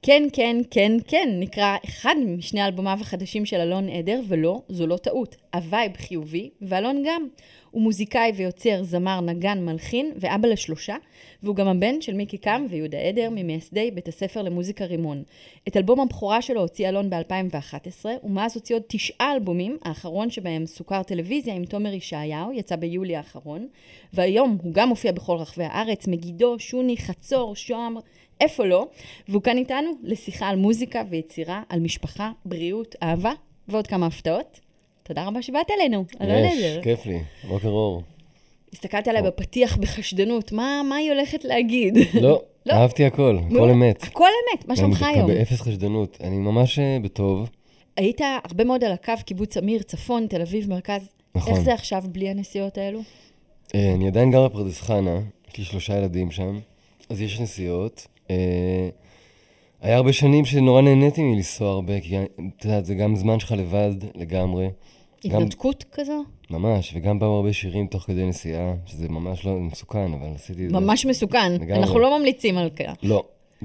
כן, כן, כן, כן, נקרא אחד משני אלבומיו החדשים של אלון עדר, ולא, זו לא טעות. הווייב חיובי, ואלון גם. הוא מוזיקאי ויוצר, זמר, נגן, מלחין, ואבא לשלושה, והוא גם הבן של מיקי קם ויהודה עדר, ממייסדי בית הספר למוזיקה רימון. את אלבום הבכורה שלו הוציא אלון ב-2011, ומאז הוציא עוד 9 אלבומים, האחרון שבהם סוכר טלוויזיה עם תומר ישעיהו, יצא ביולי האחרון, והיום הוא גם מופיע בכל רחבי הארץ, מגידו, שוני, חצור, שוהם, איפה לא, והוא כאן איתנו לשיחה על מוזיקה ויצירה, על משפחה, בריאות, אהבה ועוד כמה הפתעות. תודה רבה שבאת אלינו, אלון עדר. כיף לי, בוקר אור. הסתכלת עליי בפתיח בחשדנות, מה היא הולכת להגיד? לא, אהבתי הכל, הכל אמת. הכל אמת, מה שלומך היום? באפס חשדנות, אני ממש בטוב. היית הרבה מאוד על הקו, קיבוץ אמיר, צפון, תל אביב, מרכז. נכון. איך זה עכשיו בלי הנסיעות האלו? אני עדיין גר בפרדס חנה, יש לי 3 ילדים שם, אז יש נסיעות. היה הרבה שנים שנורא נהניתי מלנסוע הרבה, כי אתה יודע, זה גם זמן שלך לבד לגמרי. התנתקות כזו? ממש, וגם באו הרבה שירים תוך כדי נסיעה, שזה ממש לא מסוכן, אבל עשיתי את זה. ממש מסוכן, אנחנו לא ממליצים על כך. לא,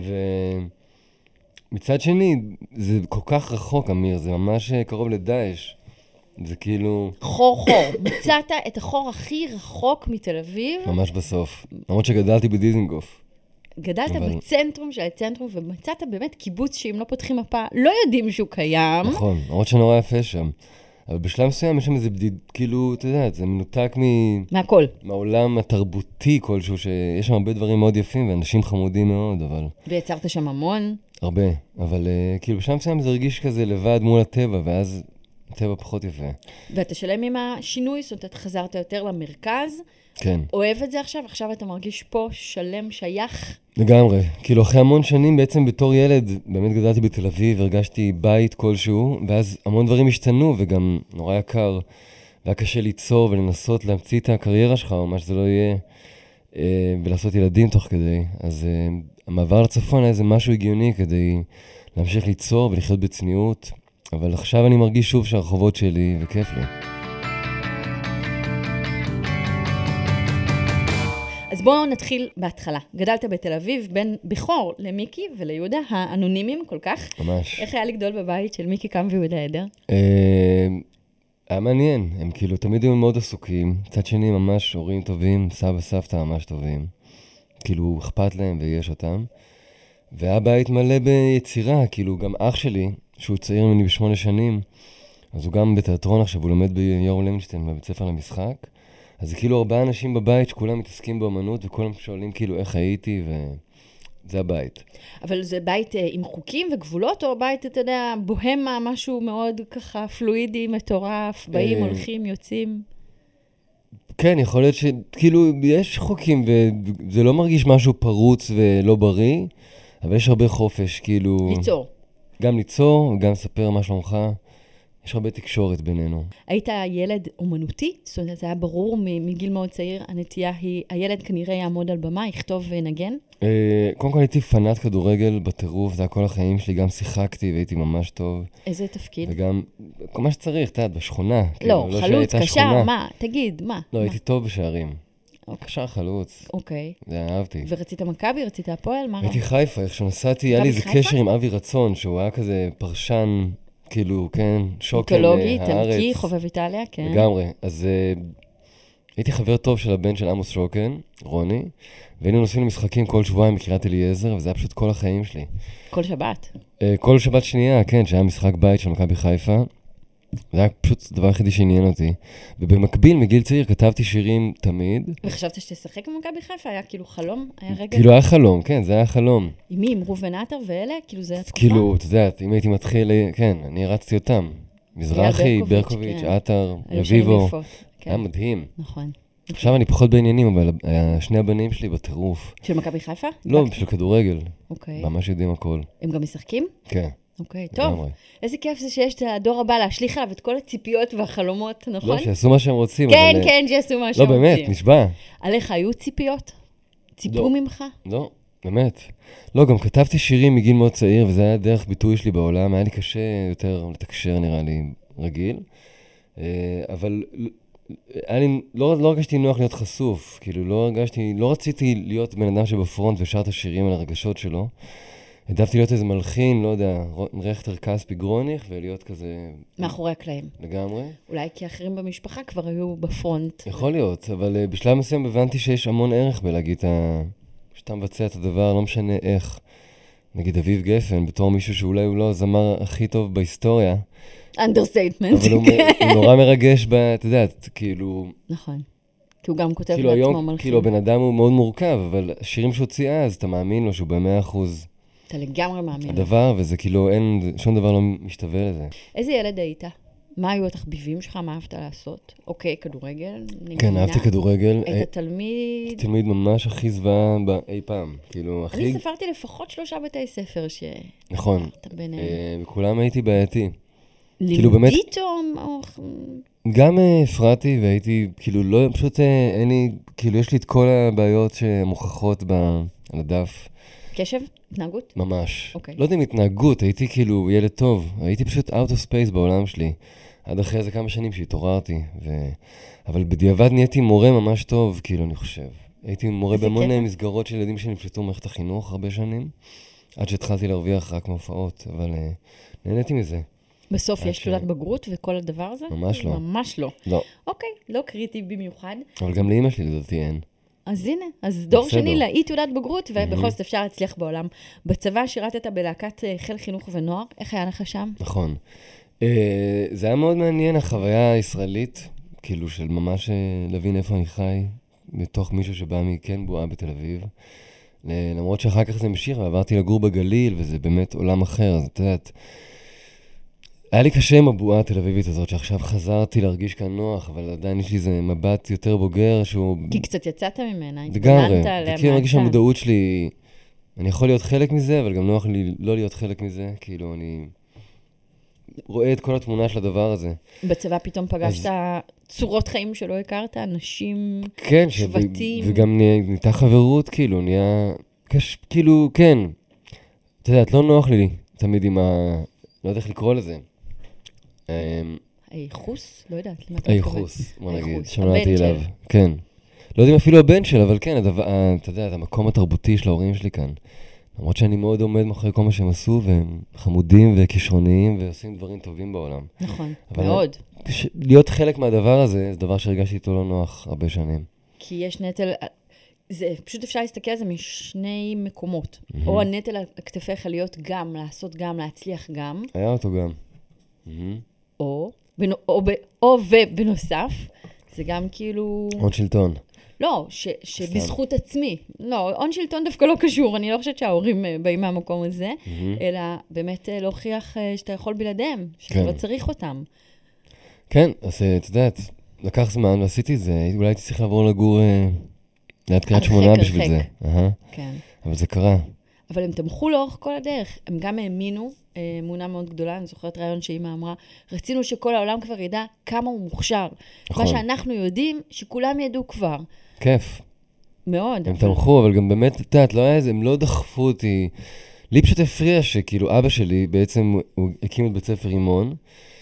ומצד שני, זה כל כך רחוק, אמיר, זה ממש קרוב לדאעש. זה כאילו... חור. מצאת את החור הכי רחוק מתל אביב. ממש בסוף. למרות שגדלתי בדיזינגוף. גדלת בצנטרום של הצנטרום, ומצאת באמת קיבוץ שאם לא פותחים מפה, לא יודעים שהוא קיים. נכון, למרות שנורא יפה שם. אבל בשלב מסוים יש שם איזה בדיד, כאילו, אתה יודע, זה מנותק מהכל. מהעולם התרבותי כלשהו, שיש שם הרבה דברים מאוד יפים, ואנשים חמודים מאוד, אבל... ויצרת שם המון. הרבה, אבל כאילו בשלב מסוים זה הרגיש כזה לבד מול הטבע, ואז הטבע פחות יפה. ואתה שלם עם השינוי, זאת אומרת, אתה חזרת יותר למרכז. כן. אוהב את זה עכשיו? עכשיו אתה מרגיש פה שלם, שייך? לגמרי. כאילו אחרי המון שנים בעצם בתור ילד, באמת גדלתי בתל אביב, הרגשתי בית כלשהו, ואז המון דברים השתנו, וגם נורא יקר, והיה קשה ליצור ולנסות להמציא את הקריירה שלך, או מה שזה לא יהיה, ולעשות ילדים תוך כדי. אז המעבר לצפון היה איזה משהו הגיוני כדי להמשיך ליצור ולחיות בצניעות, אבל עכשיו אני מרגיש שוב שהרחובות שלי, וכיף לי. אז בואו נתחיל בהתחלה. גדלת בתל אביב בין בכור למיקי וליהודה, האנונימיים כל כך. ממש. איך היה לגדול בבית של מיקי קם ויהודה עדר? היה מעניין. הם כאילו תמיד היו מאוד עסוקים. מצד שני ממש הורים טובים, סבא סבתא ממש טובים. כאילו אכפת להם ויש אותם. והיה בית מלא ביצירה, כאילו גם אח שלי, שהוא צעיר ממני ב8 שנים, אז הוא גם בתיאטרון עכשיו, הוא לומד ביורם לוינשטיין בבית ספר למשחק. אז זה כאילו 4 אנשים בבית שכולם מתעסקים באמנות, וכולם שואלים כאילו איך הייתי, וזה הבית. אבל זה בית עם חוקים וגבולות, או בית, אתה יודע, בוהמה, משהו מאוד ככה פלואידי, מטורף, באים, הולכים, יוצאים? כן, יכול להיות שכאילו יש חוקים, וזה לא מרגיש משהו פרוץ ולא בריא, אבל יש הרבה חופש, כאילו... ליצור. גם ליצור, גם לספר מה שלומך. יש הרבה תקשורת בינינו. היית ילד אומנותי? זאת אומרת, זה היה ברור מגיל מאוד צעיר, הנטייה היא, הילד כנראה יעמוד על במה, יכתוב ונגן? קודם כל הייתי פנאט כדורגל בטירוף, זה היה כל החיים שלי, גם שיחקתי והייתי ממש טוב. איזה תפקיד? וגם, כל מה שצריך, אתה יודע, בשכונה. לא, חלוץ, קשר, מה? תגיד, מה? לא, הייתי טוב בשערים. קשר חלוץ. אוקיי. זה אהבתי. ורצית מכבי? רצית הפועל? הייתי חיפה, איך שנסעתי, היה לי איזה קשר עם אבי רצון, שהוא היה כזה פרשן, כאילו, כן, שוקן, מיתולוגי, תמקי, חובב איטליה, כן. לגמרי. אז הייתי חבר טוב של הבן של עמוס שוקן, רוני, והיינו נוסעים למשחקים כל שבועיים בקריית אליעזר, וזה היה פשוט כל החיים שלי. כל שבת? כל שבת שנייה, כן, שהיה משחק בית של מכבי חיפה. זה היה פשוט הדבר היחידי שעניין אותי. ובמקביל, מגיל צעיר, כתבתי שירים תמיד. וחשבת שתשחק במכבי חיפה? היה כאילו חלום? היה רגע? כאילו היה חלום, כן, זה היה חלום. עם מי? עם רובן עטר ואלה? כאילו זה התקופה? כאילו, אתה יודעת, אם הייתי מתחיל, כן, אני רצתי אותם. מזרחי, ברקוביץ', עטר, רביבו. היה מדהים. נכון. עכשיו אני פחות בעניינים, אבל שני הבנים שלי בטירוף. של מכבי חיפה? לא, של כדורגל. אוקיי. ממש יודעים הכל. הם גם משחקים? כן. אוקיי, טוב. איזה כיף זה שיש את הדור הבא להשליך עליו את כל הציפיות והחלומות, נכון? לא, שיעשו מה שהם רוצים. כן, כן, שיעשו מה שהם רוצים. לא, באמת, נשבע. עליך היו ציפיות? ציפו ממך? לא, באמת. לא, גם כתבתי שירים מגיל מאוד צעיר, וזה היה דרך ביטוי שלי בעולם. היה לי קשה יותר לתקשר, נראה לי, רגיל. אבל לא הרגשתי נוח להיות חשוף. כאילו, לא רציתי להיות בן אדם שבפרונט ושר את השירים על הרגשות שלו. העדפתי להיות איזה מלחין, לא יודע, רכטר כספי גרוניך, ולהיות כזה... מאחורי הקלעים. לגמרי. אולי כי אחרים במשפחה כבר היו בפרונט. יכול להיות, אבל בשלב מסוים הבנתי שיש המון ערך בלהגיד שאתה מבצע את הדבר, לא משנה איך. נגיד אביב גפן, בתור מישהו שאולי הוא לא הזמר הכי טוב בהיסטוריה. אנדרסטייטמנט. אבל הוא נורא מרגש אתה יודעת, כאילו... נכון. כי הוא גם כותב כאילו לעצמו היום, מלחין. כאילו הבן אדם הוא מאוד מורכב, אבל השירים שהוציא אז, אתה מאמין לו שהוא ב100%. אתה לגמרי מאמין. הדבר, וזה כאילו אין, שום דבר לא משתווה לזה. איזה ילד היית? מה היו התחביבים שלך? מה אהבת לעשות? אוקיי, כדורגל? כן, אהבתי כדורגל. היית תלמיד? תלמיד ממש הכי זוועה אי פעם. כאילו, הכי... אני ספרתי לפחות 3 בתי ספר נכון. ביניהם. בכולם הייתי בעייתי. לימודית או... גם הפרעתי והייתי, כאילו, לא, פשוט אין לי, כאילו, יש לי את כל הבעיות שמוכחות על הדף. קשב? התנהגות? ממש. אוקיי. לא יודע אם התנהגות, הייתי כאילו ילד טוב. הייתי פשוט out of space בעולם שלי. עד אחרי איזה כמה שנים שהתעוררתי. אבל בדיעבד נהייתי מורה ממש טוב, כאילו, אני חושב. הייתי מורה בהמון מסגרות של ילדים שנפלטו במערכת החינוך הרבה שנים, עד שהתחלתי להרוויח רק מהופעות, אבל נהניתי מזה. בסוף יש תעודת בגרות וכל הדבר הזה? ממש לא. ממש לא. לא. אוקיי, לא קריטי במיוחד. אבל גם לאמא שלי לדעתי אין. אז הנה, אז דור שני לאי תעודת בגרות, ובכל זאת אפשר להצליח בעולם. בצבא שירתת בלהקת חיל חינוך ונוער, איך היה לך שם? נכון. זה היה מאוד מעניין, החוויה הישראלית, כאילו של ממש להבין איפה אני חי, מתוך מישהו שבא מכן בועה בתל אביב. למרות שאחר כך זה המשיך, ועברתי לגור בגליל, וזה באמת עולם אחר, אז את יודעת, היה לי קשה עם הבועה התל אביבית הזאת, שעכשיו חזרתי להרגיש כאן נוח, אבל עדיין יש לי איזה מבט יותר בוגר שהוא... כי קצת יצאת ממנה, לגמרי, וכי אני מרגיש שהמודעות שלי, אני יכול להיות חלק מזה, אבל גם נוח לי לא להיות חלק מזה, כאילו אני רואה את כל התמונה של הדבר הזה. בצבא פתאום פגשת צורות חיים שלא הכרת, אנשים, כן, שבטים. וגם נהייתה חברות, כאילו, נהיה... כאילו, כן. אתה יודעת, לא נוח לי תמיד עם לא יודע איך לקרוא לזה. הייחוס? לא יודעת. הייחוס, בוא נגיד, שמעתי אליו. כן. לא יודע אם אפילו הבן של, אבל כן, אתה יודע, המקום התרבותי של ההורים שלי כאן. למרות שאני מאוד עומד מאחורי כל מה שהם עשו, והם חמודים וכישרוניים, ועושים דברים טובים בעולם. נכון, מאוד. להיות חלק מהדבר הזה, זה דבר שהרגשתי איתו לא נוח הרבה שנים. כי יש נטל... זה פשוט אפשר להסתכל על זה משני מקומות. או הנטל על כתפיך להיות גם, לעשות גם, להצליח גם. היה אותו גם. או ובנוסף, זה גם כאילו... הון שלטון. לא, שבזכות עצמי. לא, הון שלטון דווקא לא קשור. אני לא חושבת שההורים באים מהמקום הזה, אלא באמת להוכיח שאתה יכול בלעדיהם, שאתה לא צריך אותם. כן, אז את יודעת, לקח זמן ועשיתי את זה. אולי הייתי צריך לעבור לגור... ליד קריית שמונה בשביל זה. כן. אבל זה קרה. אבל הם תמכו לאורך כל הדרך. הם גם האמינו, אמונה מאוד גדולה, אני זוכרת רעיון שאמא אמרה, רצינו שכל העולם כבר ידע כמה הוא מוכשר. נכון. מה שאנחנו יודעים, שכולם ידעו כבר. כיף. מאוד. הם תמכו, אבל גם באמת, את יודעת, לא היה איזה, הם לא דחפו אותי. לי פשוט הפריע שכאילו אבא שלי בעצם, הוא הקים את בית ספר רימון,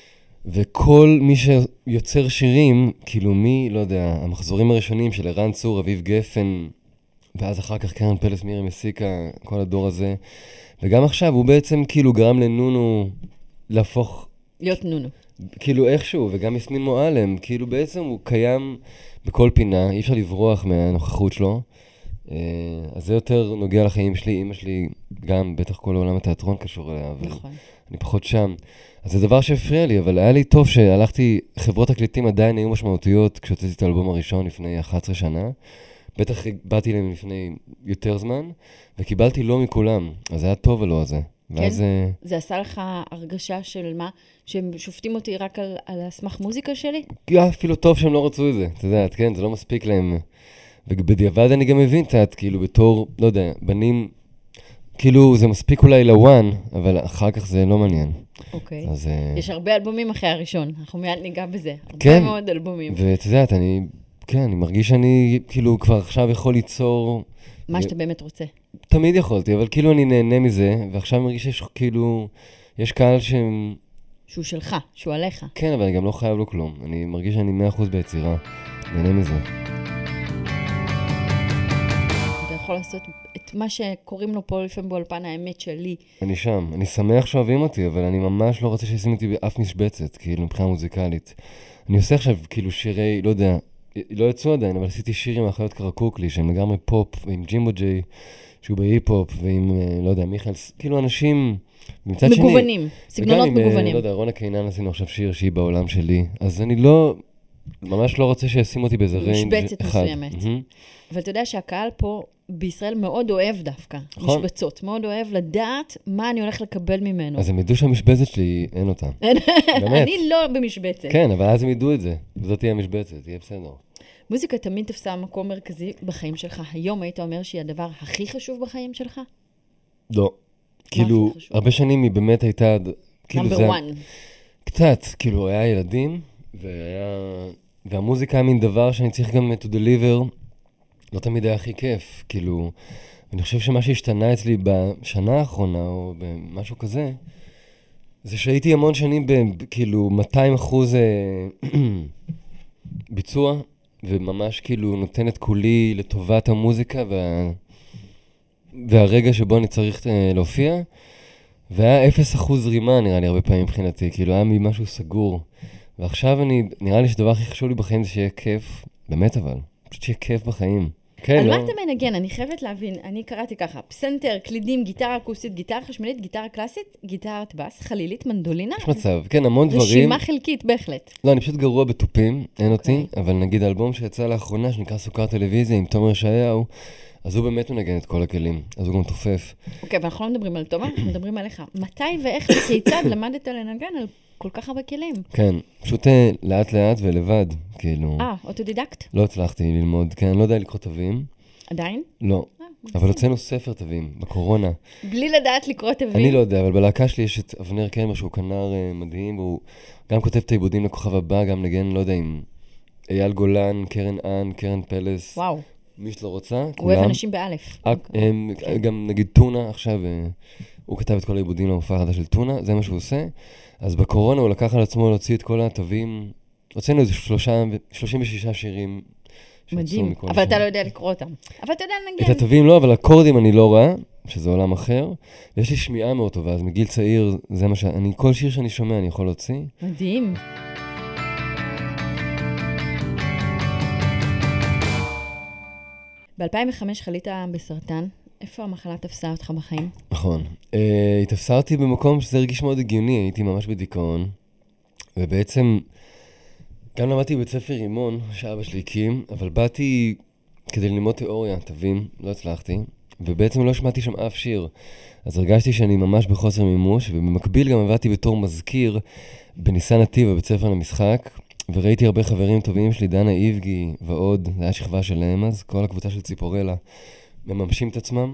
וכל מי שיוצר שירים, כאילו מי, לא יודע, המחזורים הראשונים של ערן צור, אביב גפן, ואז אחר כך קרן פלס מירי מסיקה, כל הדור הזה. וגם עכשיו הוא בעצם כאילו גרם לנונו להפוך... להיות נונו. כאילו איכשהו, וגם יסמין מועלם, כאילו בעצם הוא קיים בכל פינה, אי אפשר לברוח מהנוכחות שלו. אז זה יותר נוגע לחיים שלי, אמא שלי גם, בטח כל העולם התיאטרון קשור אליה, אבל נכון. אני פחות שם. אז זה דבר שהפריע לי, אבל היה לי טוב שהלכתי, חברות הקליטים עדיין היו משמעותיות כשהוצאתי את האלבום הראשון לפני 11 שנה. בטח באתי להם לפני יותר זמן, וקיבלתי לא מכולם. אז זה היה טוב הלא הזה. כן? זה עשה לך הרגשה של מה? שהם שופטים אותי רק על הסמך מוזיקה שלי? אפילו טוב שהם לא רצו את זה. אתה יודעת, כן, זה לא מספיק להם. ובדיעבד אני גם מבין, אתה כאילו בתור, לא יודע, בנים, כאילו זה מספיק אולי לוואן, אבל אחר כך זה לא מעניין. אוקיי. אז... יש הרבה אלבומים אחרי הראשון, אנחנו מיד ניגע בזה. כן. הרבה מאוד אלבומים. ואת יודעת, אני מרגיש שאני כאילו כבר עכשיו יכול ליצור... מה שאתה באמת רוצה. תמיד יכולתי, אבל כאילו אני נהנה מזה, ועכשיו אני מרגיש שיש כאילו, יש קהל שהם... שהוא שלך, שהוא עליך. כן, אבל אני גם לא חייב לו כלום. אני מרגיש שאני 100% ביצירה. נהנה מזה. יכול לעשות את מה שקוראים לו פה לפעמים באולפן האמת שלי. אני שם. אני שמח שאוהבים אותי, אבל אני ממש לא רוצה שישים אותי באף משבצת, כאילו, מבחינה מוזיקלית. אני עושה עכשיו כאילו שירי, לא יודע, לא יצאו עדיין, אבל עשיתי שיר עם האחיות קרקוקלי, שהם לגמרי פופ, ועם ג'ימבו ג'יי, שהוא בהיפ-הופ, ועם, לא יודע, מיכאל, כאילו אנשים... מגוונים, סגנונות מגוונים. לא יודע, רונה קינן עשינו עכשיו שיר שהיא בעולם שלי, אז אני לא, ממש לא רוצה שישים אותי באיזה ריינג' אחד. משבצת מסוימת. אבל אתה יודע שהקהל פה בישראל מאוד אוהב דווקא, משבצות, מאוד אוהב לדעת מה אני הולך לקבל ממנו. אז הם ידעו שהמשבצת שלי אין אותה. באמת. אני לא במשבצת. כן, אבל אז הם ידעו את זה, וזאת תהיה המשבצת, יהיה בסדר. מוזיקה תמיד תפסה מקום מרכזי בחיים שלך. היום היית אומר שהיא הדבר הכי חשוב בחיים שלך? לא. כאילו, הרבה שנים היא באמת הייתה... נאמבר 1. קצת, כאילו, היה ילדים, והמוזיקה היה מין דבר שאני צריך גם to deliver, לא תמיד היה הכי כיף. כאילו, אני חושב שמה שהשתנה אצלי בשנה האחרונה, או במשהו כזה, זה שהייתי המון שנים כאילו 200% ביצוע, וממש כאילו נותן את כולי לטובת המוזיקה והרגע שבו אני צריך להופיע, והיה 0% רימה נראה לי הרבה פעמים מבחינתי, כאילו היה משהו סגור. ועכשיו נראה לי שהדבר הכי חשוב לי בחיים זה שיהיה כיף, באמת אבל, פשוט שיהיה כיף בחיים. על מה אתה מנגן? אני חייבת להבין, אני קראתי ככה, פסנתר, קלידים, גיטרה אקוסטית, גיטרה חשמלית, גיטרה קלאסית, גיטרת בס, חלילית, מנדולינה. יש מצב, כן, המון דברים. רשימה חלקית, בהחלט. לא, אני פשוט גרוע בטופים, אין אותי, אבל נגיד האלבום שיצא לאחרונה, שנקרא סוכר טלוויזיה, עם תומר ישעיהו, אז הוא באמת מנגן את כל הכלים, אז הוא גם תופף. אוקיי, אבל אנחנו לא מדברים על תומר, אנחנו מדברים עליך. מתי ואיך וכיצד למדת לנגן על כל כך הרבה כלים? כן, פשוט לאט לאט ולבד, כאילו. אוטודידקט? לא הצלחתי ללמוד, כן, לא יודע לקרוא תווים. עדיין? לא. אבל הוצאנו ספר תווים, בקורונה. בלי לדעת לקרוא תווים? אני לא יודע, אבל בלהקה שלי יש את אבנר קלמר, שהוא כנר מדהים, והוא גם כותב את העיבודים לכוכב הבא, גם נגן, לא יודע, עם אייל גולן, קרן אן, קרן פלס. וואו. מי שלא רוצה, הוא אוהב אנשים באלף. גם נגיד טונה עכשיו, הוא כתב את כל העיבודים למופע החדש של טונה, זה מה שהוא עושה. אז בקורונה הוא לקח על עצמו להוציא את כל התווים, הוצאנו איזה 36 שירים. מדהים, אבל אתה לא יודע לקרוא אותם. אבל אתה יודע לנגן. את התווים לא, אבל אקורדים אני לא רע, שזה עולם אחר. ויש לי שמיעה מאוד טובה, אז מגיל צעיר, זה מה כל שיר שאני שומע אני יכול להוציא. מדהים. ב-2005 חלית בסרטן. איפה המחלה תפסה אותך בחיים? נכון. היא תפסה אותי במקום שזה הרגיש מאוד הגיוני, הייתי ממש בדיכאון. ובעצם, גם למדתי בבית ספר רימון, שאבא שלי הקים, אבל באתי כדי ללמוד תיאוריה, תווים, לא הצלחתי, ובעצם לא שמעתי שם אף שיר. אז הרגשתי שאני ממש בחוסר מימוש, ובמקביל גם עבדתי בתור מזכיר בניסן נתיב, בבית ספר למשחק, וראיתי הרבה חברים טובים שלי, דנה איבגי ועוד, זה היה שכבה שלהם אז, כל הקבוצה של ציפורלה, מממשים את עצמם.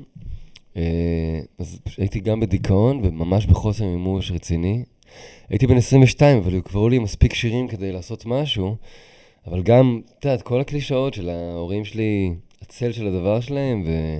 אז הייתי גם בדיכאון, וממש בחוסר מימוש רציני. הייתי בן 22, אבל קבעו לי מספיק שירים כדי לעשות משהו, אבל גם, אתה יודע, כל הקלישאות של ההורים שלי, הצל של הדבר שלהם,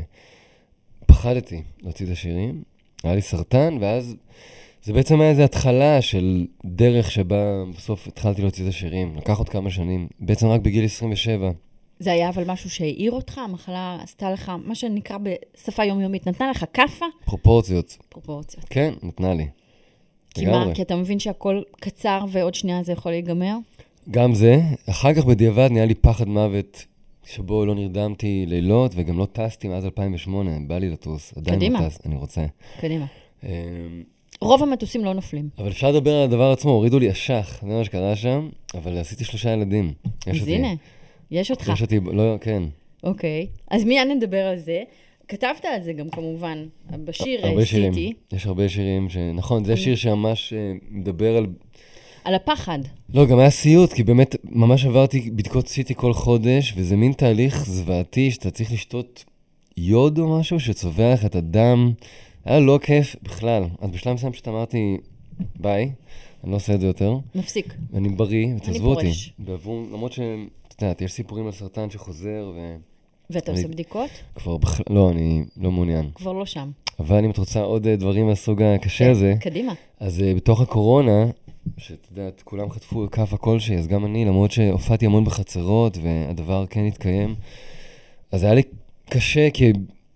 ופחדתי להוציא את השירים. היה לי סרטן, ואז זה בעצם היה איזו התחלה של דרך שבה בסוף התחלתי להוציא את השירים. לקח עוד כמה שנים, בעצם רק בגיל 27. זה היה אבל משהו שהעיר אותך? המחלה עשתה לך, מה שנקרא בשפה יומיומית, נתנה לך קפה? פרופורציות. פרופורציות. כן, נתנה לי. כי מה? כי אתה מבין שהכל קצר ועוד שנייה זה יכול להיגמר? גם זה. אחר כך בדיעבד נהיה לי פחד מוות, שבו לא נרדמתי לילות, וגם לא טסתי מאז 2008. בא לי לטוס. עדיין לא טס, אני רוצה. קדימה. רוב המטוסים לא נופלים. אבל אפשר לדבר על הדבר עצמו, הורידו לי אשך, זה מה שקרה שם, אבל עשיתי 3 ילדים. אז הנה, יש אותך. יש אותי, לא, כן. אוקיי, אז מיד נדבר על זה. כתבת על זה גם כמובן, בשיר סיטי. יש הרבה שירים נכון, זה שיר שממש מדבר על הפחד. לא, גם היה סיוט, כי באמת ממש עברתי בדיקות סיטי כל חודש, וזה מין תהליך זוועתי שאתה צריך לשתות יוד או משהו שצובח את הדם. היה לא כיף בכלל. אז בשלב מסוים פשוט אמרתי, ביי, אני לא עושה את זה יותר. מפסיק. אני בריא, ותעזבו אותי. למרות אתה יודעת, יש סיפורים על סרטן שחוזר, ואתה עושה בדיקות? כבר בכלל, לא, אני לא מעוניין. כבר לא שם. אבל אם את רוצה עוד דברים מהסוג הקשה הזה, קדימה. אז בתוך הקורונה, שאת יודעת, כולם חטפו כאפה כלשהי, אז גם אני, למרות שהופעתי המון בחצרות, והדבר כן התקיים, אז היה לי קשה, כי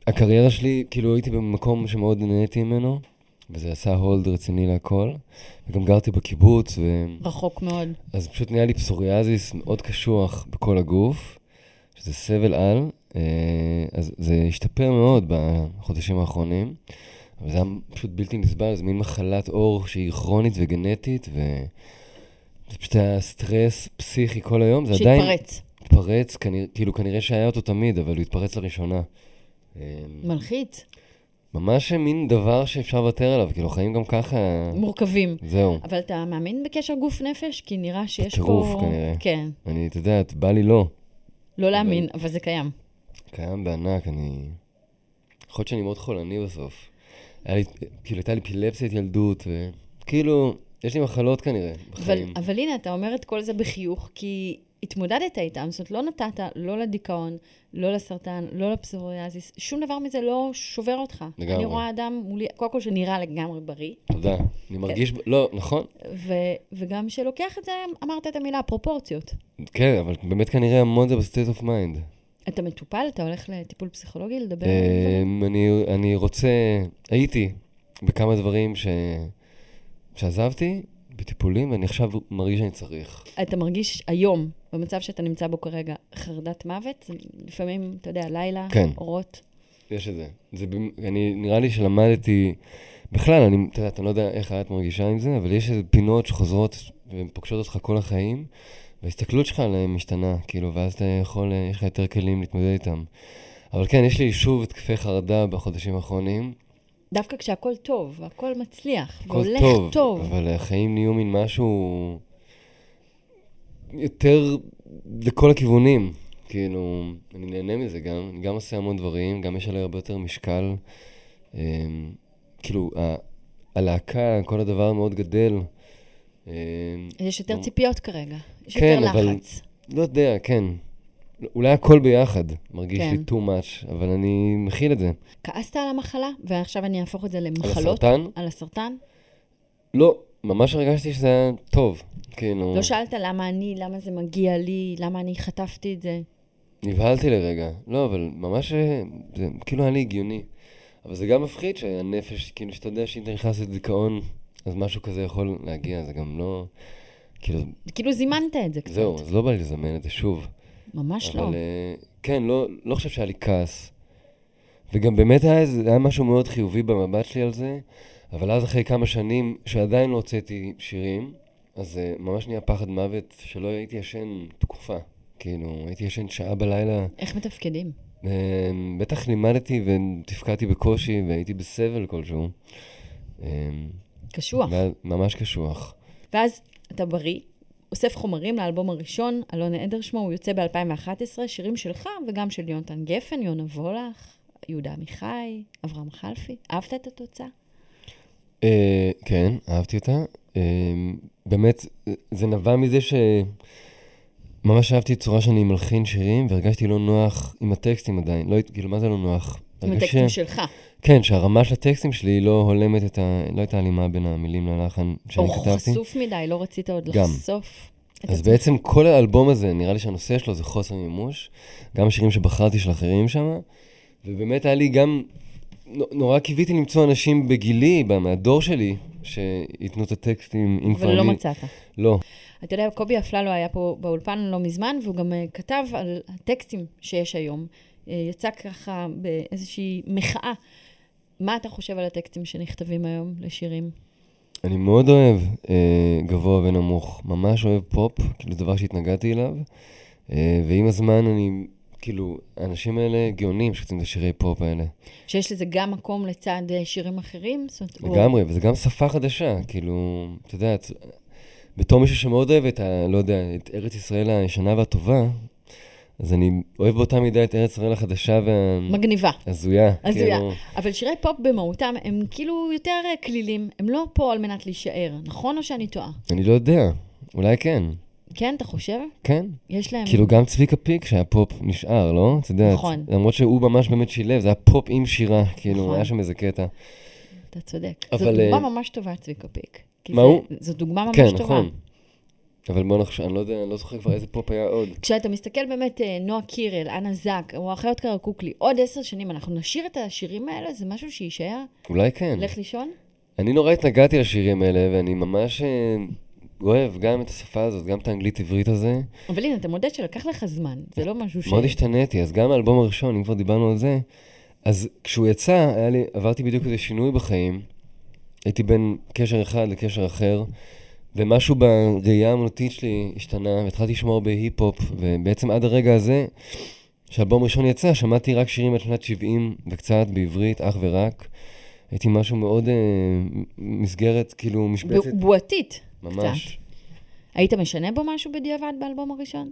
הקריירה שלי, כאילו הייתי במקום שמאוד נהניתי ממנו, וזה עשה הולד רציני להכל, וגם גרתי בקיבוץ, רחוק מאוד. אז פשוט נהיה לי פסוריאזיס מאוד קשוח בכל הגוף, שזה סבל על, אז זה השתפר מאוד בחודשים האחרונים, אבל זה היה פשוט בלתי נסבל, זה מין מחלת אור שהיא כרונית וגנטית, וזה פשוט היה סטרס פסיכי כל היום, זה עדיין... התפרץ, כאילו כנראה שהיה אותו תמיד, אבל הוא התפרץ לראשונה. מלחיץ. ממש מין דבר שאפשר לוותר עליו, כאילו חיים גם ככה... מורכבים. זהו. אבל אתה מאמין בקשר גוף נפש? כי נראה שיש פה... בטירוף כנראה. כן. אני, אתה יודע, בא לי לא. לא להאמין, אבל זה קיים. קיים בענק, אני... יכול להיות שאני מאוד חולני בסוף. כאילו הייתה לי אפילפסיית ילדות, וכאילו, יש לי מחלות כנראה בחיים. אבל הנה, אתה אומר את כל זה בחיוך, כי התמודדת איתם, זאת אומרת, לא נתת, לא לדיכאון, לא לסרטן, לא לפסוריאזיס, שום דבר מזה לא שובר אותך. לגמרי. אני רואה אדם מולי, קודם כל שנראה לגמרי בריא. תודה. אני מרגיש... לא, נכון. וגם שלוקח את זה, אמרת את המילה, פרופורציות. כן, אבל באמת כנראה המון זה ב-state of mind. אתה מטופל? אתה הולך לטיפול פסיכולוגי לדבר? אני רוצה... הייתי בכמה דברים שעזבתי בטיפולים, ואני עכשיו מרגיש שאני צריך. אתה מרגיש היום, במצב שאתה נמצא בו כרגע, חרדת מוות? לפעמים, אתה יודע, לילה, כן. אורות. יש את זה. נראה לי שלמדתי... בכלל, אתה לא יודע איך את מרגישה עם זה, אבל יש איזה פינות שחוזרות ופוגשות אותך כל החיים, וההסתכלות שלך עליהם משתנה, כאילו, ואז אתה יכול, יש לך יותר כלים להתמודד איתם. אבל כן, יש לי שוב התקפי חרדה בחודשים האחרונים. דווקא כשהכל טוב, והכל מצליח, הכל והולך טוב. אבל החיים נהיו מין משהו יותר לכל הכיוונים. כאילו, אני נהנה מזה גם, אני גם עושה המון דברים, גם יש עליי הרבה יותר משקל. כאילו, הלהקה, כל הדבר מאוד גדל. יש יותר ציפיות כרגע, יש כן, יותר אבל, לחץ. לא יודע, כן. אולי הכל ביחד מרגיש כן. לי too much, אבל אני מכיל את זה. כעסת על המחלה, ועכשיו אני אהפוך את זה למחלות? על הסרטן? על הסרטן? לא, ממש הרגשתי שזה היה טוב. כאילו... לא שאלת למה זה מגיע לי, למה אני חטפתי את זה? נבהלתי לרגע. לא, אבל ממש זה כאילו היה לי הגיוני. אבל זה גם מפחיד שהנפש, כאילו שאתה יודע שאם אתה נכנס לדיכאון, אז משהו כזה יכול להגיע, זה גם לא... כאילו זימנת את זה קצת. זהו, אז לא בא לי לזמן את זה שוב. ממש לא. אבל כן, לא חושב שהיה לי כעס. וגם באמת היה משהו מאוד חיובי במבט שלי על זה, אבל אז אחרי כמה שנים שעדיין לא הוצאתי שירים, אז ממש נהיה פחד מוות שלא הייתי ישן תקופה. כאילו, הייתי ישן שעה בלילה. איך מתפקדים? בטח לימדתי ותפקדתי בקושי והייתי בסבל כלשהו. קשוח. ממש קשוח. ואז אתה בריא, אוסף חומרים לאלבום הראשון, אלון עדר שמו, הוא יוצא ב-2011, שירים שלך וגם של יונתן גפן, יונה וולך, יהודה עמיחי, אברהם חלפי. אהבת את התוצאה? כן, אהבתי אותה. באמת, זה נבע מזה ממש אהבתי צורה שאני מלחין שירים, והרגשתי לא נוח עם הטקסטים עדיין. לא, כאילו, מה זה לא נוח? עם הטקסטים שלך. כן, שהרמה של הטקסטים שלי לא הולמת לא הייתה הלימה בין המילים ללחן שאני כתבתי. או חשוף מדי, לא רצית עוד לחשוף את אז בעצם כל האלבום הזה, נראה לי שהנושא שלו זה חוסר מימוש, גם השירים שבחרתי של אחרים שם, ובאמת היה לי גם, נורא קיוויתי למצוא אנשים בגילי, מהדור שלי, שיתנו את הטקסטים. אבל לא מצאת. לא. אתה יודע, קובי אפללו היה פה באולפן לא מזמן, והוא גם כתב על הטקסטים שיש היום. יצא ככה באיזושהי מחאה. מה אתה חושב על הטקסטים שנכתבים היום לשירים? אני מאוד אוהב גבוה ונמוך. ממש אוהב פופ, כאילו דבר שהתנגדתי אליו. ועם הזמן אני, כאילו, האנשים האלה גאונים שכתבים את השירי פופ האלה. שיש לזה גם מקום לצד שירים אחרים? לגמרי, וזה גם שפה חדשה. כאילו, אתה יודע, בתור מישהו שמאוד אוהב לא יודע, את ארץ ישראל הישנה והטובה, אז אני אוהב באותה מידה את ארץ ישראל החדשה מגניבה. הזויה. הזויה. אבל שירי פופ במהותם הם כאילו יותר כלילים, הם לא פה על מנת להישאר, נכון או שאני טועה? אני לא יודע, אולי כן. כן, אתה חושב? כן. יש להם... כאילו גם צביקה פיק שהיה פופ נשאר, לא? אתה יודע, נכון. למרות שהוא ממש באמת שילב, זה היה פופ עם שירה, כאילו, נכון. היה שם איזה קטע. אתה צודק. אבל... זו דוגמה ממש טובה, צביקה פיק. מה הוא? זו דוגמה ממש כן, טובה. נכון. אבל בוא נחשוב, אני לא יודע, אני לא זוכר כבר איזה פופ היה עוד. כשאתה מסתכל באמת, נועה קירל, אנה זק, או אחיות קרקוקלי, עוד 10 שנים, אנחנו נשאיר את השירים האלה? זה משהו שיישאר? אולי כן. לך לישון? אני נורא התנגדתי לשירים האלה, ואני ממש אוהב גם את השפה הזאת, גם את האנגלית-עברית הזה. אבל הנה, אתה מודה שלקח לך זמן, זה לא משהו מאוד השתניתי, אז גם האלבום הראשון, אם כבר דיברנו על זה, אז כשהוא יצא, עברתי בדיוק איזה שינוי בחיים. הייתי בין קשר אחד לקשר אחר, ומשהו בראייה האמנותית שלי השתנה, והתחלתי לשמור בהיפ-הופ, ובעצם עד הרגע הזה, שהאלבום הראשון יצא, שמעתי רק שירים עד שנת 70 וקצת בעברית, אך ורק. הייתי משהו מאוד מסגרת, כאילו משבצת. בועתית. ממש. קצת. היית משנה בו משהו בדיעבד באלבום הראשון?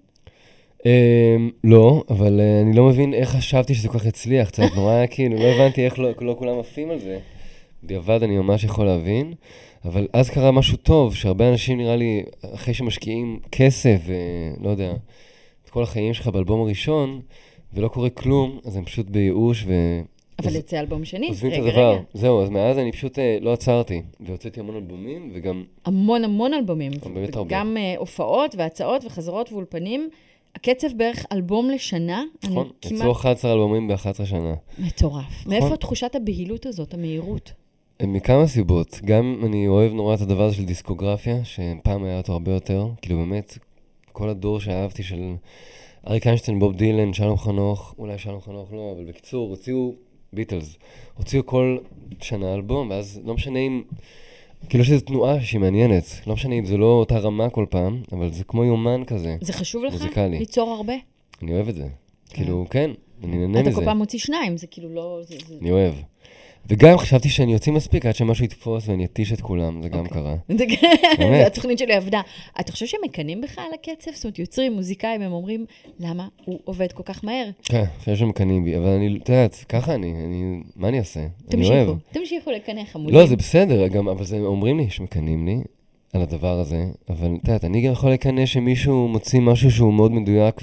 לא, אבל אני לא מבין איך חשבתי שזה כל כך הצליח, קצת נורא, כאילו, לא הבנתי איך לא כולם עפים על זה. בדיעבד אני ממש יכול להבין, אבל אז קרה משהו טוב, שהרבה אנשים נראה לי, אחרי שמשקיעים כסף, ולא יודע, את כל החיים שלך באלבום הראשון, ולא קורה כלום, אז הם פשוט בייאוש אבל יצא אלבום שני, עוזבים את הדבר. זהו, אז מאז אני פשוט לא עצרתי, והוצאתי המון אלבומים, וגם... המון אלבומים. באמת הרבה. גם הופעות והצעות וחזרות ואולפנים. הקצב בערך אלבום לשנה. נכון, יצאו 11 אלבומים ב-11 שנה. מטורף. מאיפה תחושת הבהילות הזאת, המהירות? מכמה סיבות. גם אני אוהב נורא את הדבר הזה של דיסקוגרפיה, שפעם היה אותו הרבה יותר. כאילו באמת, כל הדור שאהבתי של אריק איינשטיין, בוב דילן, שלום חנוך, אולי שלום חנוך לא, אבל בקיצור, הוציאו ביטלס. הוציאו כל שנה אלבום, ואז לא משנה אם... כאילו שזו תנועה שהיא מעניינת. לא משנה אם זה לא אותה רמה כל פעם, אבל זה כמו יומן כזה. זה חשוב לך? מוזיקלי. ליצור הרבה? אני אוהב את זה. כאילו, כן, אני נהנה מזה. אתה כל פעם מוציא 2, זה כאילו לא... אני אוהב. וגם חשבתי שאני יוצא מספיק עד שמשהו יתפוס ואני אתיש את כולם, זה גם קרה. זה התוכנית שלי עבדה. אתה חושב שהם מקנים בך על הקצב? זאת אומרת, יוצרים, מוזיקאים, הם אומרים, למה הוא עובד כל כך מהר? כן, חושב שהם מקנים בי, אבל אני, אתה יודעת, ככה מה אני אעשה? אני אוהב. תמשיכו לקנא חמודים. לא, זה בסדר, אבל זה אומרים לי שמקנים לי על הדבר הזה, אבל אתה יודעת, אני גם יכול לקנא שמישהו מוציא משהו שהוא מאוד מדויק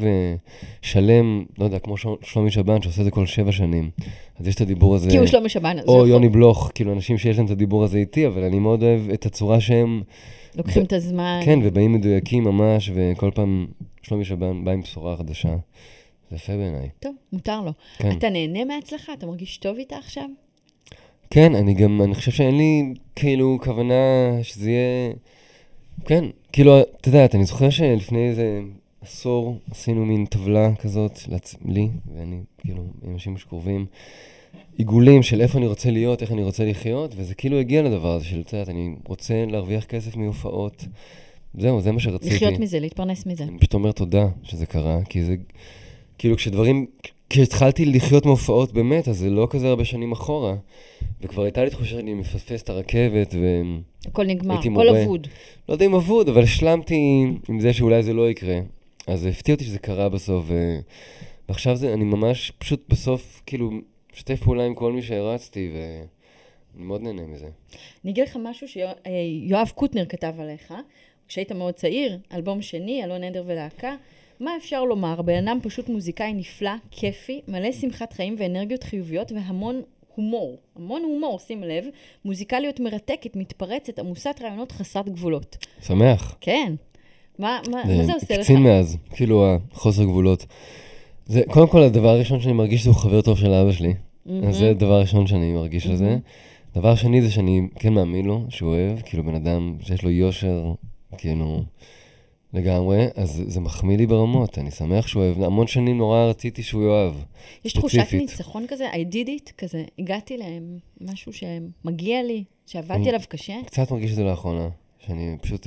ושלם, לא יודע, כמו שלומי שבן שעושה את זה כל 7 שנים. אז יש את הדיבור הזה... כי הוא שלומי שבן. או יוני בלוך, כאילו אנשים שיש להם את הדיבור הזה איתי, אבל אני מאוד אוהב את הצורה שהם... לוקחים את הזמן. כן, ובאים מדויקים ממש, וכל פעם שלומי שבן בא עם בשורה חדשה. זה יפה בעיניי. טוב, מותר לו. כן. אתה נהנה מהצלחה? אתה מרגיש טוב איתה עכשיו? כן, אני חושב שאין לי כאילו כוונה שזה יהיה... כן, כאילו, אתה יודעת, אני זוכר שלפני איזה עשור עשינו מין טבלה כזאת לי, ואני כאילו, עם אנשים שקרובים, עיגולים של איפה אני רוצה להיות, איך אני רוצה לחיות, וזה כאילו הגיע לדבר הזה של, אתה יודעת, אני רוצה להרוויח כסף מהופעות. זהו, זה מה שרציתי. לחיות מזה, להתפרנס מזה. אני פשוט אומר תודה שזה קרה, כי זה, כאילו כשהתחלתי לחיות מהופעות באמת, אז זה לא כזה הרבה שנים אחורה, וכבר הייתה לי תחושה שאני מפספס את הרכבת, הכל נגמר, הכל אבוד. לא יודע אם אבוד, אבל השלמתי עם זה שאולי זה לא יקרה. אז הפתיע אותי שזה קרה בסוף, ועכשיו אני ממש פשוט בסוף, כאילו, שתף פעולה עם כל מי שהרצתי, ואני מאוד נהנה מזה. אני אגיד לך משהו שיואב קוטנר כתב עליך, כשהיית מאוד צעיר, אלבום שני, אלון עדר ולהקה, מה אפשר לומר? בן אדם פשוט מוזיקאי נפלא, כיפי, מלא שמחת חיים ואנרגיות חיוביות והמון הומור. המון הומור, שים לב. מוזיקליות מרתקת, מתפרצת, עמוסת רעיונות חסרת גבולות. שמח. כן. מה זה עושה לך? קצין מאז, כאילו החוסר גבולות. זה, קודם כל, הדבר הראשון שאני מרגיש שהוא חבר טוב של אבא שלי. אז זה הדבר הראשון שאני מרגיש על זה. דבר שני זה שאני כן מאמין לו, שהוא אוהב, כאילו בן אדם שיש לו יושר, כאילו, לגמרי, אז זה מחמיא לי ברמות, אני שמח שהוא אוהב. המון שנים נורא רציתי שהוא יאהב. יש תחושת ניצחון כזה, I did it, כזה, הגעתי להם, משהו שמגיע לי, שעבדתי עליו קשה. קצת מרגיש את זה לאחרונה, שאני פשוט...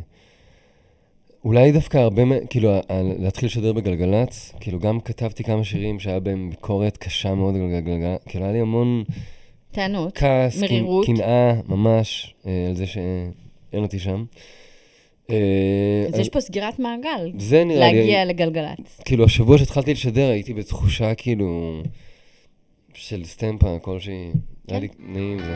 אולי דווקא הרבה, כאילו, להתחיל לשדר בגלגלץ, כאילו, גם כתבתי כמה שירים שהיה בהם ביקורת קשה מאוד על גלגלצ, כאילו, היה לי המון... טענות, כעס, מרירות. קנאה, ממש, על זה שאין אותי שם. אז יש פה סגירת מעגל, זה נראה לי... להגיע לגלגלץ. כאילו, השבוע שהתחלתי לשדר, הייתי בתחושה, כאילו, של סטמפה, כלשהי, היה לי נעים זה.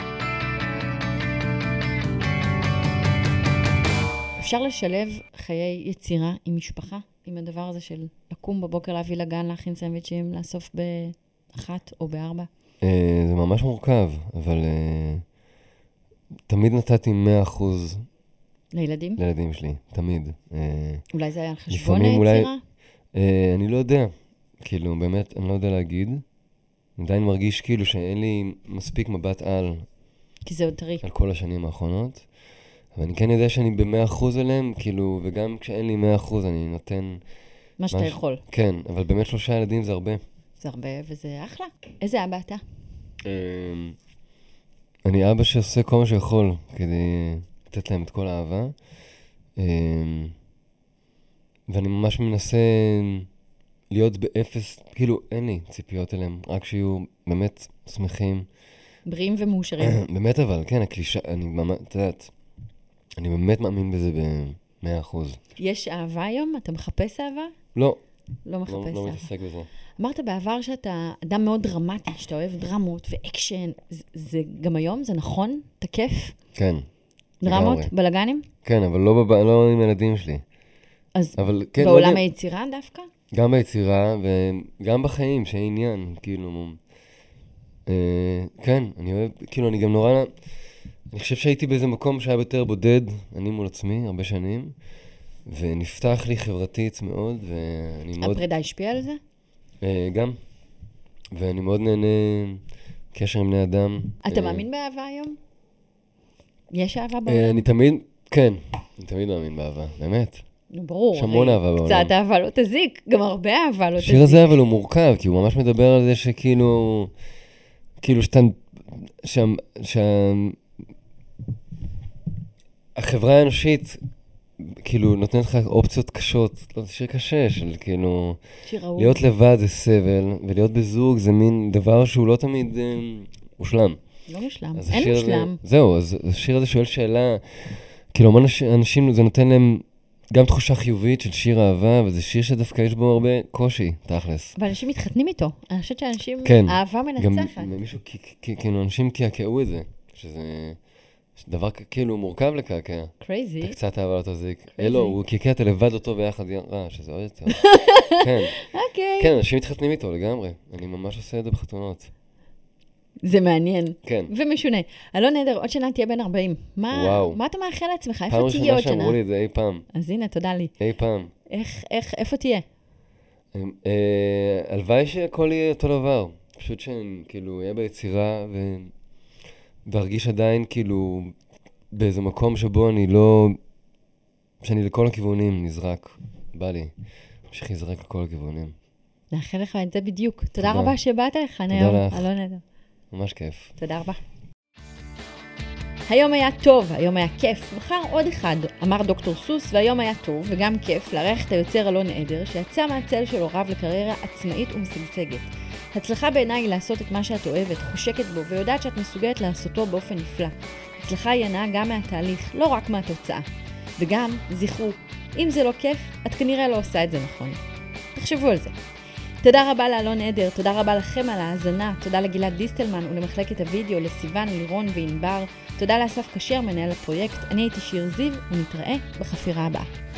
אפשר לשלב חיי יצירה עם משפחה, עם הדבר הזה של לקום בבוקר, להביא לגן, להכין סנדוויצ'ים, לאסוף ב-1 או ב-4? זה ממש מורכב, אבל תמיד נתתי 100% לילדים? לילדים שלי, תמיד. אולי זה היה על חשבון לפעמים היצירה? אני לא יודע. כאילו, באמת, אני לא יודע להגיד. אני עדיין מרגיש כאילו שאין לי מספיק מבט כי זה עוד טרי. על כל השנים האחרונות. אבל אני כן יודע שאני ב-100% עליהם, כאילו, וגם כשאין לי 100% אני נותן... מה שאתה יכול. כן, אבל באמת 3 ילדים זה הרבה. זה הרבה וזה אחלה. איזה אבא אתה? אני אבא שעושה כל מה שיכול כדי לתת להם את כל האהבה. ואני ממש מנסה להיות באפס, כאילו אין לי ציפיות אליהם, רק שיהיו באמת שמחים. בריאים ומאושרים. באמת אבל, כן, הקלישה, אני ממש, את יודעת, אני באמת מאמין בזה ב-100%. יש אהבה היום? אתה מחפש אהבה? לא. לא מחפש אהבה. לא מתעסק בזה. אמרת בעבר שאתה אדם מאוד דרמטי, שאתה אוהב דרמות ואקשן. זה גם היום? זה נכון? תקף? כן. דרמות? בלגנים? כן, אבל לא עם ילדים שלי. אז אבל, כן, בעולם היצירה דווקא? גם ביצירה וגם בחיים, שאין עניין, כאילו... כן, אני אוהב, כאילו, אני גם נורא... אני חושב שהייתי באיזה מקום שהיה יותר בודד, אני מול עצמי, הרבה שנים, ונפתח לי חברתית מאוד, ואני מאוד... הפרידה השפיעה על זה? גם. ואני מאוד נהנה קשר עם בני אדם. אתה מאמין באהבה היום? יש אהבה בעולם? אני תמיד, כן, אני תמיד מאמין באהבה, באמת. ברור. יש המון אהבה בעולם. קצת אהבה לא תזיק, גם הרבה אהבה לא תזיק. השיר הזה אבל הוא מורכב, כי הוא ממש מדבר על זה שכאילו, שאתה, החברה האנושית, כאילו, נותנת לך אופציות קשות, לא, זה שיר קשה, של כאילו, להיות לבד זה סבל, ולהיות בזוג זה מין דבר שהוא לא תמיד מושלם. לא מושלם, אין מושלם. זהו, אז השיר הזה שואל שאלה, כאילו, המון אנשים, זה נותן להם גם תחושה חיובית של שיר אהבה, וזה שיר שדווקא יש בו הרבה קושי, תכלס. אבל אנשים מתחתנים איתו. אני חושבת שאנשים, כן, אהבה מנצחת. גם מישהו, כאילו, אנשים קעקעו את זה, שזה דבר כאילו מורכב לקעקע. קרייזי. אתה קצת אהבה לא תזיק. אלו, הוא קעקע, אתה לבד אותו ביחד רע, שזה עוד יותר. כן. אוקיי. כן, אנשים מתחתנים איתו לגמרי. אני ממש עושה את זה בחתונות. זה מעניין. כן. ומשונה. אלון עדר, עוד שנה תהיה בן 40. וואו. מה אתה מאחל לעצמך? איפה תהיה עוד שנה? פעם ראשונה שאמרו לי את זה אי פעם. אז הנה, תודה לי. אי פעם. איפה תהיה? הלוואי שהכל יהיה אותו דבר. פשוט שכאילו, יהיה ביצירה והרגיש עדיין כאילו באיזה מקום שבו שאני לכל הכיוונים נזרק. בא לי. ממשיך לזרק לכל הכיוונים. נאחל לך את זה בדיוק. תודה רבה שבאת לך, נאור. תודה לך. אלון עדר. ממש כיף. תודה רבה. היום היה טוב, היום היה כיף, מחר עוד אחד, אמר דוקטור סוס, והיום היה טוב וגם כיף לארח את היוצר אלון עדר, שיצא מהצל של הוריו לקריירה עצמאית ומשגשגת. הצלחה בעיניי היא לעשות את מה שאת אוהבת, חושקת בו, ויודעת שאת מסוגלת לעשותו באופן נפלא. הצלחה היא הנאה גם מהתהליך, לא רק מהתוצאה. וגם, זכרו, אם זה לא כיף, את כנראה לא עושה את זה נכון. תחשבו על זה. תודה רבה לאלון עדר, תודה רבה לכם על ההאזנה, תודה לגלעד דיסטלמן ולמחלקת הוידאו, לסיוון, לירון וענבר, תודה לאסף כשר, מנהל הפרויקט, אני הייתי שיר זיו, ונתראה בחפירה הבאה.